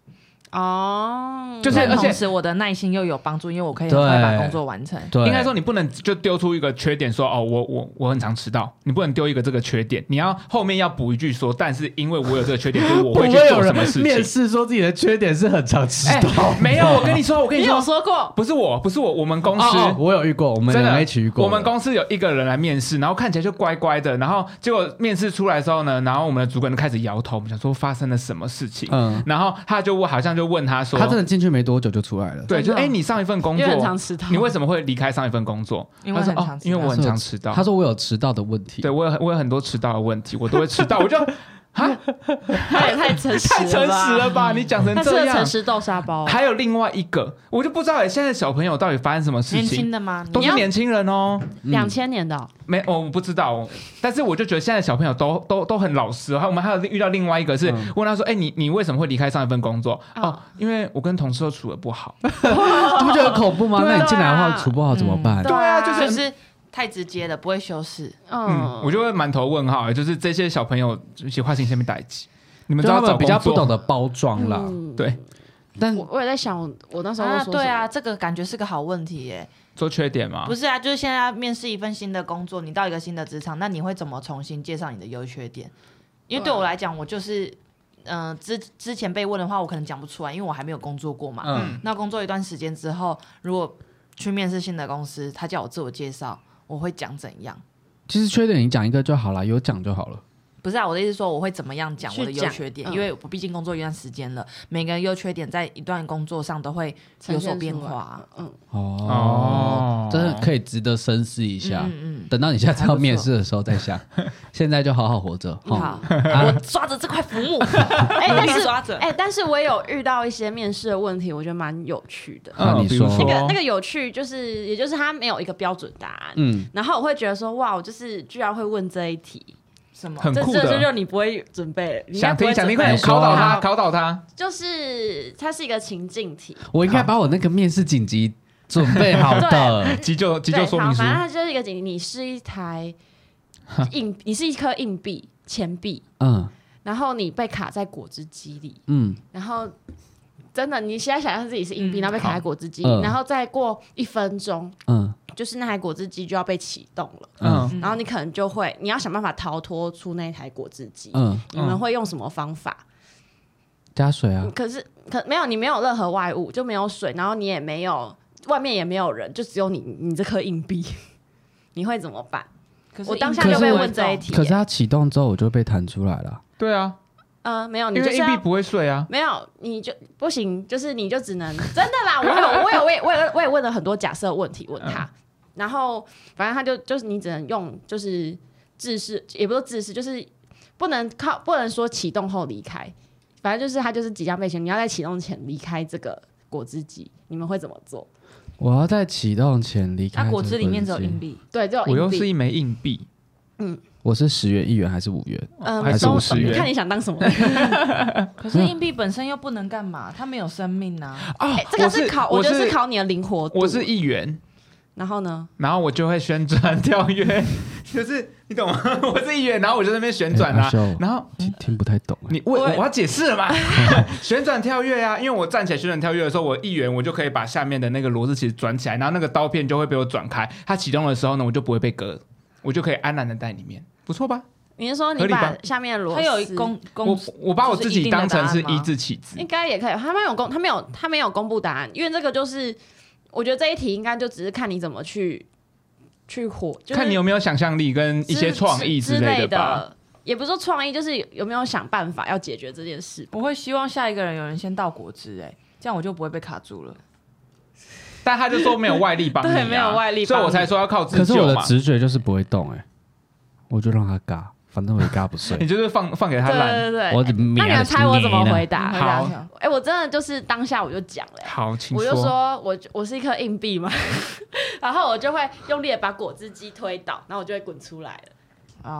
哦， 就是而且同时我的耐心又有帮助，因为我可以很快把工作完成。 对，应该说你不能就丢出一个缺点说哦，我很常迟到，你不能丢一个这个缺点，你要后面要补一句说，但是因为我有这个缺点，所以我会去做什么事情。 面试说自己的缺点是很常迟到， 没有，我跟你说， 你有说过？ 不是我，我们公司我有遇过，我们两个一起遇过。 我们公司有一个人来面试，然后看起来就乖乖的，然后结果面试出来的时候呢，然后我们的主管就开始摇头，我们想说发生了什么事情，然后他就好像就问他说， 他真的进去没多久就出来了， 对，就你上一份工作很常迟到， 你为什么会离开上一份工作？ 因为我很常迟到。 他说我有迟到的问题， 对我有很多迟到的问题，我都会迟到，我就他也太诚实了吧！你讲成这样， 他是诚实豆沙包。 还有另外一个，我就不知道现在小朋友到底发生什么事情。 年轻的吗？ 都是年轻人哦 ，2000年的没，我不知道。但是我就觉得现在小朋友都很老实。我们还有遇到另外一个是问他说：“哎，你为什么会离开上一份工作？”哦，因为我跟同事都处得不好。你不觉得很恐怖吗？那你进来的话处不好怎么办？ 对啊，就是。太直接了，不会修饰。 我就会满头问号，就是这些小朋友一些话情下面代际，你们知道比较不懂得包装啦。 对， 但我也在想，我那时候说对啊，这个感觉是个好问题耶。 做缺点吗？ 不是啊，就是现在要面试一份新的工作，你到一个新的职场，那你会怎么重新介绍你的优缺点？因为对我来讲，我就是之前被问的话，我可能讲不出来，因为我还没有工作过嘛。那工作一段时间之后，如果去面试新的公司，他叫我自我介绍。我会讲怎样？ 其实缺点你讲一个就好了，有讲就好了。 不是啊，我的意思是说我会怎么样讲我的优缺点，因为我毕竟工作一段时间了，每个人优缺点在一段工作上都会有所变化。 真的可以值得深思一下。等到你下次要面试的时候再想，现在就好好活着。 好，我抓着这块浮木。 但是我也有遇到一些面试的问题，我觉得蛮有趣的。 你说那个有趣也就是他没有一个标准答案。然后我会觉得说，哇，我就是居然会问这一题。什么？ 很酷的， 这就你不会准备， 想听，快考倒他。 就是它是一个情境题， 我应该把我那个面试紧急准备好的急救说明书。 反正它就是一个你是一台你是一颗硬币钱币，然后你被卡在果汁机里，然后真的你现在想象自己是硬币，然后被卡在果汁机，然后再过1分钟，就是那台果汁机就要被启动了，然后你可能你要想办法逃脱出那台果汁机，你们会用什么方法？ 加水啊？ 没有，你没有任何外物，就没有水，然后你也没有外面也没有人，就只有你这颗硬币，你会怎么办？我当下就被问这一题， 可是它启动之后我就被弹出来了。 对啊。 没有，你因为硬币不会碎啊。 没有，你就不行，就是你就只能真的啦。我也问了很多假设问题问他，然后反正他就是你只能用就是制式，也不是制式，就是不能说启动后离开，反正就是他就是即将被启动，你要在启动前离开这个果汁机，你们会怎么做？ 我要在启动前离开。 果汁里面只有硬币， 对，只有硬币。 我又是一枚硬币。 我是10元、1元还是5元？ 还是50元？ 看你想当什么。 可是硬币本身又不能干嘛，它没有生命啊。 这个是我觉得是考你的灵活度。 我是1元， 然后呢？ 然后我就会旋转跳跃，就是你懂吗？我是1元，然后我就在那边旋转啊，然后听不太懂。 我要解释了嘛？旋转跳跃啊，因为我站起来旋转跳跃的时候，我1元我就可以把下面的那个螺丝起子转起来，然后那个刀片就会被我转开。它启动的时候呢，我就不会被割，我就可以安然的在里面。不错吧？ 你是说你把下面的螺丝， 它有我把我自己当成是一字起子， 应该也可以。他没有公布答案，因为这个就是我觉得这一题应该就只是看你怎么去活，就是、 看你有没有想象力跟一些创意之类的吧。 也不是说创意，就是有没有想办法要解决这件事。 我会希望下一个人有人先倒果汁，这样我就不会被卡住了。 但他就说没有外力帮你、 对，没有外力帮你， 所以我才说要靠自救嘛。 可是我的直觉就是不会动，我就让他嘎，反正我也嘎不碎。 你就是放给他烂。 对， 我那你们猜我怎么回答？ 好， 我真的就是当下我就讲了。 好，请说。 我就说我是一颗硬币嘛，然后我就会用力的把果汁机推倒，然后我就会滚出来了。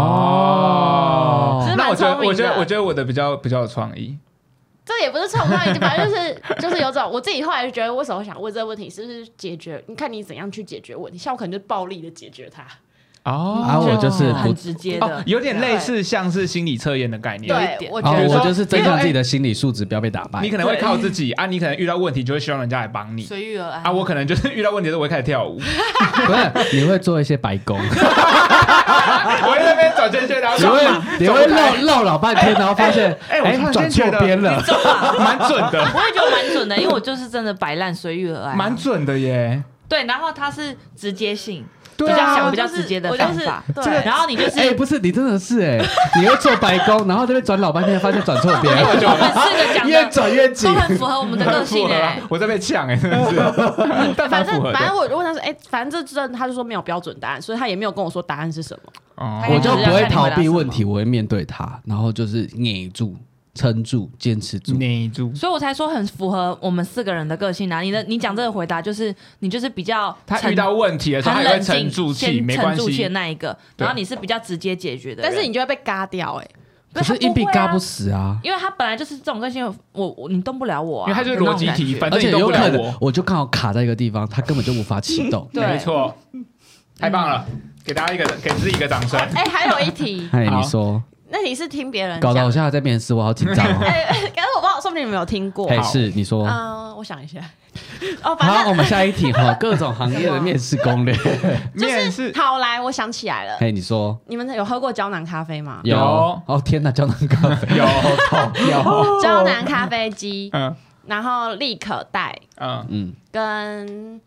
哦，那我觉得我的比较有创意。 这也不是创意，反正就是有种我自己后来就觉得，为什么想问这个问题，是不是解决？你看你怎样去解决问题？像我可能就暴力的解决它。 我就是很直接的， 有点类似像是心理测验的概念。 对，我觉得我就是增强自己的心理素质，不要被打败。 你可能会靠自己啊，你可能遇到问题就会希望人家来帮你， 随遇而安啊。我可能就是遇到问题的时候我会开始跳舞， 不是，你会做一些白工， 我在那边转圈圈，然后你会绕老半天，然后发现我转错边了， 蛮准的。 我也觉得蛮准的，因为我就是真的摆烂随遇而安， 蛮准的耶。 对，然后它是直接性。 对啊，比较直接的方法。对，然后你就是不是你真的是你会做白工，然后这边转老半天，发现转错边， 我们4个讲的越转越紧， 都很符合我们的个性我在被呛真的是。 反正我问他说，反正他就说没有标准答案，所以他也没有跟我说答案是什么。 我就不会逃避问题，我会面对它，然后就是捏住。撑住，坚持住， 捏住， 所以我才说很符合我们4个人的个性啊！你讲这个回答就是你就是比较他遇到问题的时候，他也会沉住气，没关系， 沉住气的那一个，然后你是比较直接解决的， 但是你就会被嘎掉可是硬币嘎不死啊， 因为他本来就是这种个性，你动不了我啊， 因为他就是逻辑题，反正你动不了我就刚好卡在一个地方，他根本就无法启动。 没错，太棒了，给大家给自己一个掌声。 还有一题， 你说。 那你是听别人搞得我现在在面试，我好紧张哦。 可是我不知道，说不定你们有听过。 是你说。 我想一下。 好，我们下一题各种行业的面试攻略。 就是好来，我想起来了。 你说。 你们有喝过胶囊咖啡吗？ 有。哦天哪，胶囊咖啡有胶囊咖啡机，然后立可带，跟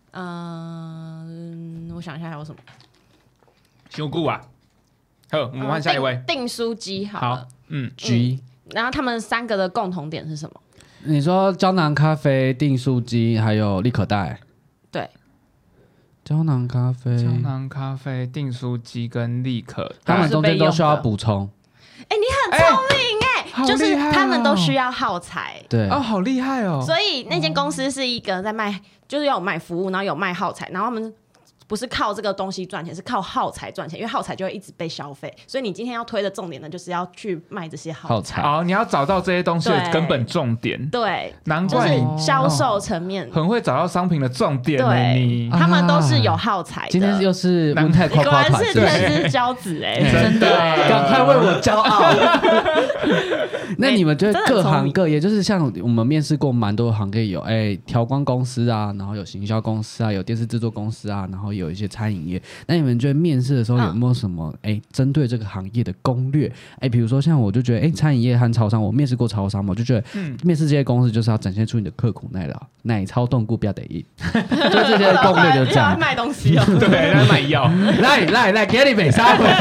我想一下还有什么？ 修固啊。好，我们换下一位。 订书机好了。 G。 然后他们3个的共同点是什么？ 你说胶囊咖啡、订书机，还有立可带。 对。 胶囊咖啡、 订书机跟立可带，他们中间都需要补充。 你很聪明就是他们都需要耗材。 对。 好厉害哦！ 所以那间公司是一个在卖，就是有卖服务，然后有卖耗材，然后他们。不是靠这个东西赚钱，是靠耗材赚钱，因为耗材就会一直被消费，所以你今天要推的重点呢，就是要去卖这些耗材。 你要找到这些东西的根本重点。 对， 难怪就是销售层面很会找到商品的重点。 对，他们都是有耗材的。 今天又是温泰夸夸团， 真的是骄子真的， 赶快为我骄傲。那你们觉得各行各业，就是像我们面试过蛮多行业，有调光公司啊，然后有行销公司啊，有电视制作公司啊，然后有一些餐饮业。那你们觉得面试的时候有没有什么针对这个行业的攻略？比如说像我就觉得餐饮业和超商，我面试过超商嘛，我就觉得面试这些公司就是要展现出你的刻苦耐劳，奶超冻固不要得意，就这些攻略就这样。 卖东西对，在卖药， 来给你美沙回。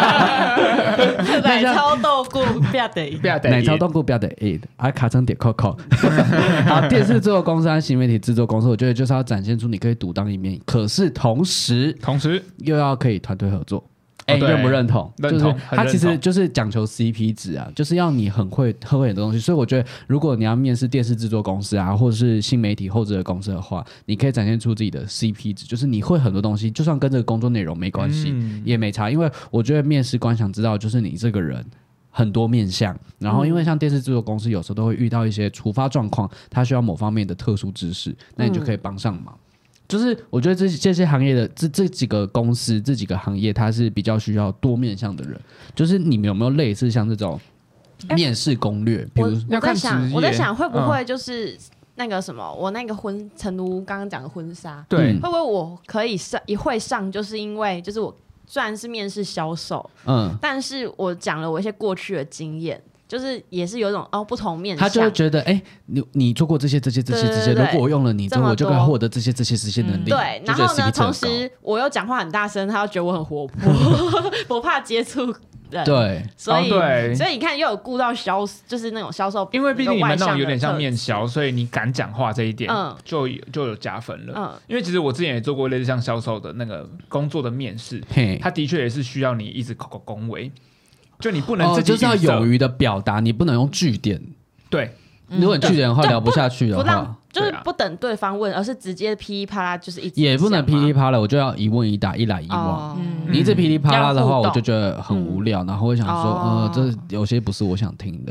奶超冻固不要得意， 奶超冻固不要得意，卡成点扣扣。好，电视制作公司和新媒体制作公司，我觉得就是要展现出你可以独当一面，可是同时又要可以团队合作。认不认同？就是他其实就是讲求 CP 值啊，就是要你很会很多东西。所以我觉得，如果你要面试电视制作公司啊，或者是新媒体后制的公司的话，你可以展现出自己的 CP 值，就是你会很多东西，就算跟这个工作内容没关系，也没差。因为我觉得面试官想知道就是你这个人很多面向，然后因为像电视制作公司有时候都会遇到一些突发状况，他需要某方面的特殊知识，那你就可以帮上忙。就是我觉得这些行业的这几个公司这几个行业，它是比较需要多面向的人。就是你们有没有类似像这种面试攻略？比如我在想会不会就是那个什么，我那个成都刚刚讲的婚纱， 对， 会不会我可以上，就是因为就是我虽然是面试销售，但是我讲了我一些过去的经验。就是也是有一种不同面向， 他就会觉得你做过这些，如果我用了你，我就可以获得这些能力。 对，然后呢，同时我又讲话很大声，他又觉得我很活泼，我怕接触人。 对， 所以你看又有顾到就是那种销售， 因为毕竟你们那种有点像面销，所以你敢讲话这一点就有加分了。因为其实我之前也做过类似像销售的那个工作的面试，他的确也是需要你一直口口恭维。就你不能自己就是要勇于的表达，你不能用句点。 对， 如果你句点的话聊不下去的话， 就是不等对方问，而是直接噼里啪啦，就是一直也不能噼里啪啦，我就要一问一答，一来一往。你一直噼里啪啦的话，我就觉得很无聊，然后会想说，这有些不是我想听的。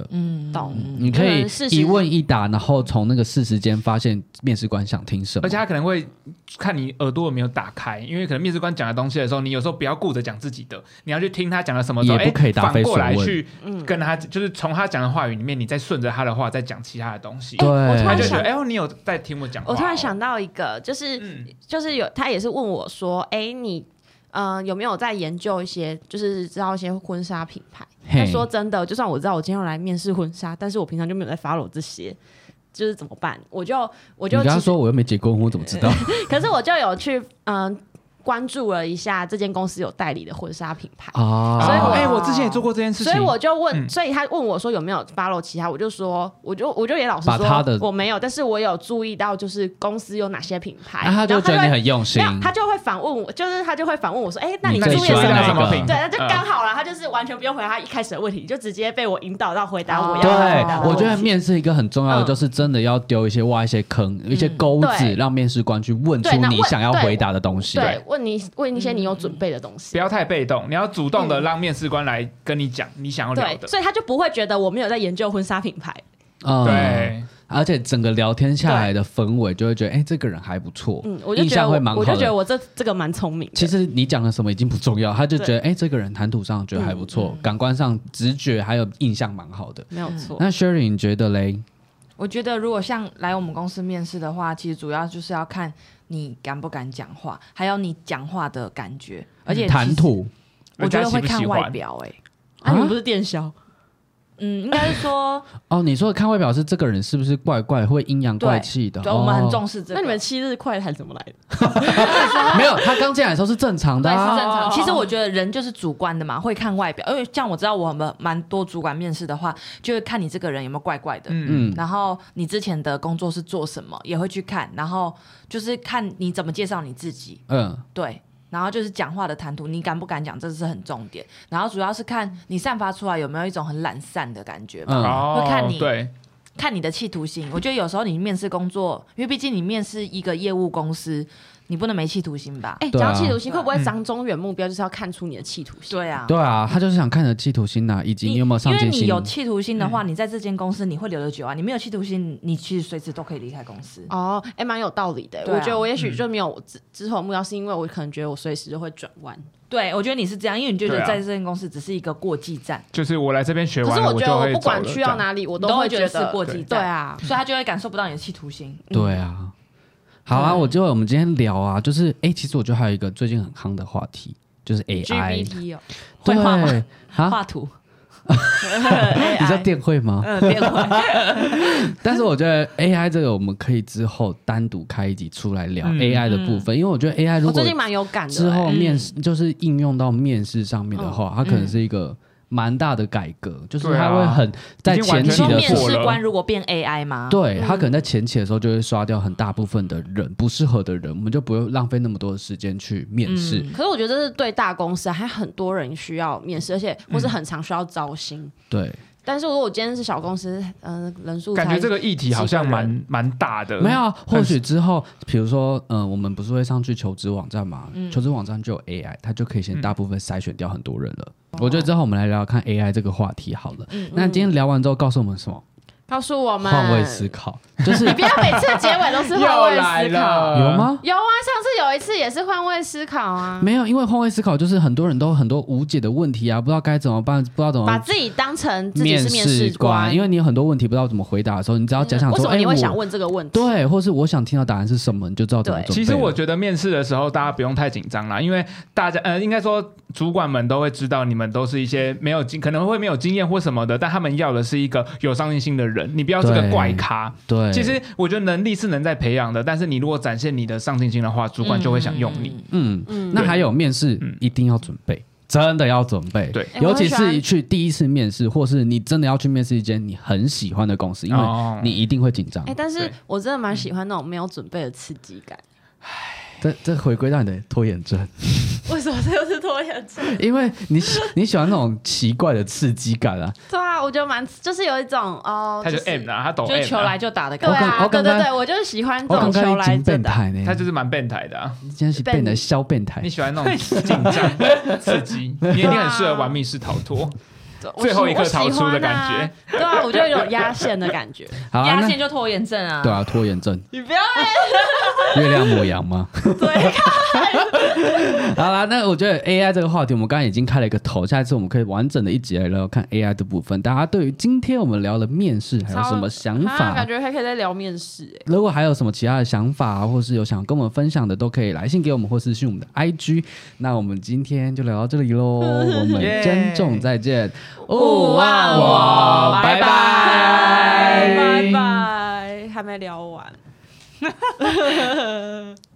懂， 你可以一问一答，然后从那个40间发现面试官想听什么， 而且他可能会看你耳朵有没有打开，因为可能面试官讲的东西的时候，你有时候不要顾着讲自己的，你要去听他讲了什么， 也不可以答非所问， 反过来去跟他，就是从他讲的话语里面，你再顺着他的话再讲其他的东西。 对， 他就觉得你有在听我讲话。 我突然想到一个，就是他也是问我说，你有没有在研究一些，就是知道一些婚纱品牌？他说真的，就算我知道我今天要来面试婚纱，但是我平常就没有在 follow 这些，就是怎么办？我就你跟他说我又没结过婚，我怎么知道？ 可是我就有去关注了一下这间公司有代理的婚纱品牌， 所以我之前也做过这件事情， 所以我就问，所以他问我说有没有 follow 其他，我就说我就也老实说我没有，但是我有注意到就是公司有哪些品牌， 他就觉得你很用心， 他就会反问我，就是他就会反问我说，那你注意了什么品牌？ 对，那就刚好了，他就是完全不用回答他一开始的问题，就直接被我引导到回答我要回答的问题。 对，我觉得面试一个很重要的就是真的要丢挖一些坑，一些钩子，让面试官去问出你想要回答的东西。 对，问一些你有准备的东西， 不要太被动，你要主动的让面试官来跟你讲你想要聊的， 所以他就不会觉得我没有在研究婚纱品牌。 对， 而且整个聊天下来的氛围就会觉得，这个人还不错，印象会蛮好的。 我就觉得我这个蛮聪明的。 其实你讲的什么已经不重要，他就觉得，这个人谈吐上觉得还不错，感官上直觉还有印象蛮好的， 没有错。 那 Sherry 你觉得嘞？ 我觉得如果像来我们公司面试的话，其实主要就是要看你敢不敢讲话，还有你讲话的感觉，而且谈吐， 我觉得会看外表。 你们不是电销？ 应该是说你说的看外表是这个人是不是怪怪会阴阳怪气的？ 对，我们很重视这个。 那你们7日快谈怎么来的？ 没有，他刚进来的时候是正常的， 对，是正常。其实我觉得人就是主观的嘛，会看外表。因为像我知道我们蛮多主管面试的话，就会看你这个人有没有怪怪的，然后你之前的工作是做什么，也会去看，然后就是看你怎么介绍你自己，对。然后就是讲话的谈吐，你敢不敢讲，这是很重点。然后主要是看你散发出来有没有一种很懒散的感觉嘛，会看你的企图心。我觉得有时候你面试工作，因为毕竟你面试一个业务公司，你不能没企图心吧？ 讲企图心会不会张中远目标就是要看出你的企图心？ 对啊， 他就是想看你的企图心以及你有没有上进心。 因为你有企图心的话，你在这间公司你会留得久啊。你没有企图心，你其实随时都可以离开公司。 蛮有道理的。我觉得我也许就没有之后的目标，是因为我可能觉得我随时就会转弯。 对，我觉得你是这样，因为你就觉得在这间公司只是一个过继站， 就是我来这边学完了， 可是我觉得我不管去到哪里，我都会觉得是过继站。 对啊， 所以他就会感受不到你的企图心。 对啊。好啊，我们今天聊啊，就是其实我觉得还有一个最近很夯的话题，就是 AI。 会画吗？ 画图。 你知道电绘吗？ 电绘。 但是我觉得 AI 这个我们可以之后单独开一集出来聊 AI 的部分，因为我觉得 AI 如果我最近蛮有感的， 之后面试就是应用到面试上面的话，它可能是一个蛮大的改革，就是他会很在前期的面试官如果变 AI 吗？ 对，他可能在前期的时候就会刷掉很大部分的人不适合的人，我们就不用浪费那么多的时间去面试。 可是我觉得这是对大公司还很多人需要面试，而且或是很常需要招新。 对。 但是如果我今天是小公司，人数感觉这个议题好像蛮大的。 没有，或许之后，比如说，我们不是会上去求职网站嘛？求职网站就有 AI， 它就可以先大部分筛选掉很多人了。我觉得之后我们来聊聊看 AI 这个话题好了。那今天聊完之后，告诉我们什么？ 告诉我们换位思考，就是你不要每次的结尾都是换位思考， 有吗？ 有啊，上次有一次也是换位思考啊。 没有，因为换位思考就是很多人都很多无解的问题啊，不知道该怎么办，不知道怎么把自己当成自己是面试官， 因为你有很多问题不知道怎么回答的时候，你只要讲说， 为什么你会想问这个问题？ 对，或是我想听到答案是什么，你就知道怎么准备。 其实我觉得面试的时候大家不用太紧张啦，因为大家应该说主管们都会知道你们都是一些可能会没有经验或什么的，但他们要的是一个有上进心的人，你不要是个怪咖。 对， 其实我觉得能力是能在培养的，但是你如果展现你的上进心的话，主管就会想用你。 那还有面试一定要准备，真的要准备。 对， 尤其是去第一次面试，或是你真的要去面试一间你很喜欢的公司，因为你一定会紧张。 但是我真的蛮喜欢那种没有准备的刺激感。 这回归到你的拖延症。 为什么这又是拖延症？ 因为你喜欢那种奇怪的刺激感啊。 对啊，我觉得就是有一种他就 M 啊，他抖 M 就是球来就打的感觉。 对，我就是喜欢这种球来就打。 他就是蛮变态的啊。 你今天是变得小变态。 你喜欢那种紧张刺激，你一定很适合玩密室逃脱。 最后一刻逃出的感觉。 对啊，我就有压线的感觉。 压线就拖延症啊。 对啊，拖延症。 你不要月亮牡羊吗？ 对。 好啦，那我觉得 AI 这个话题，我们刚刚已经开了一个头，下一次我们可以完整的一集来聊聊看 AI 的部分。大家对于今天我们聊的面试还有什么想法？ 感觉还可以再聊面试如果还有什么其他的想法，或是有想跟我们分享的，都可以来信给我们，或是去我们的 IG。那我们今天就聊到这里喽，我们珍重再见， 勿忘我， 拜拜， 拜拜，还没聊完。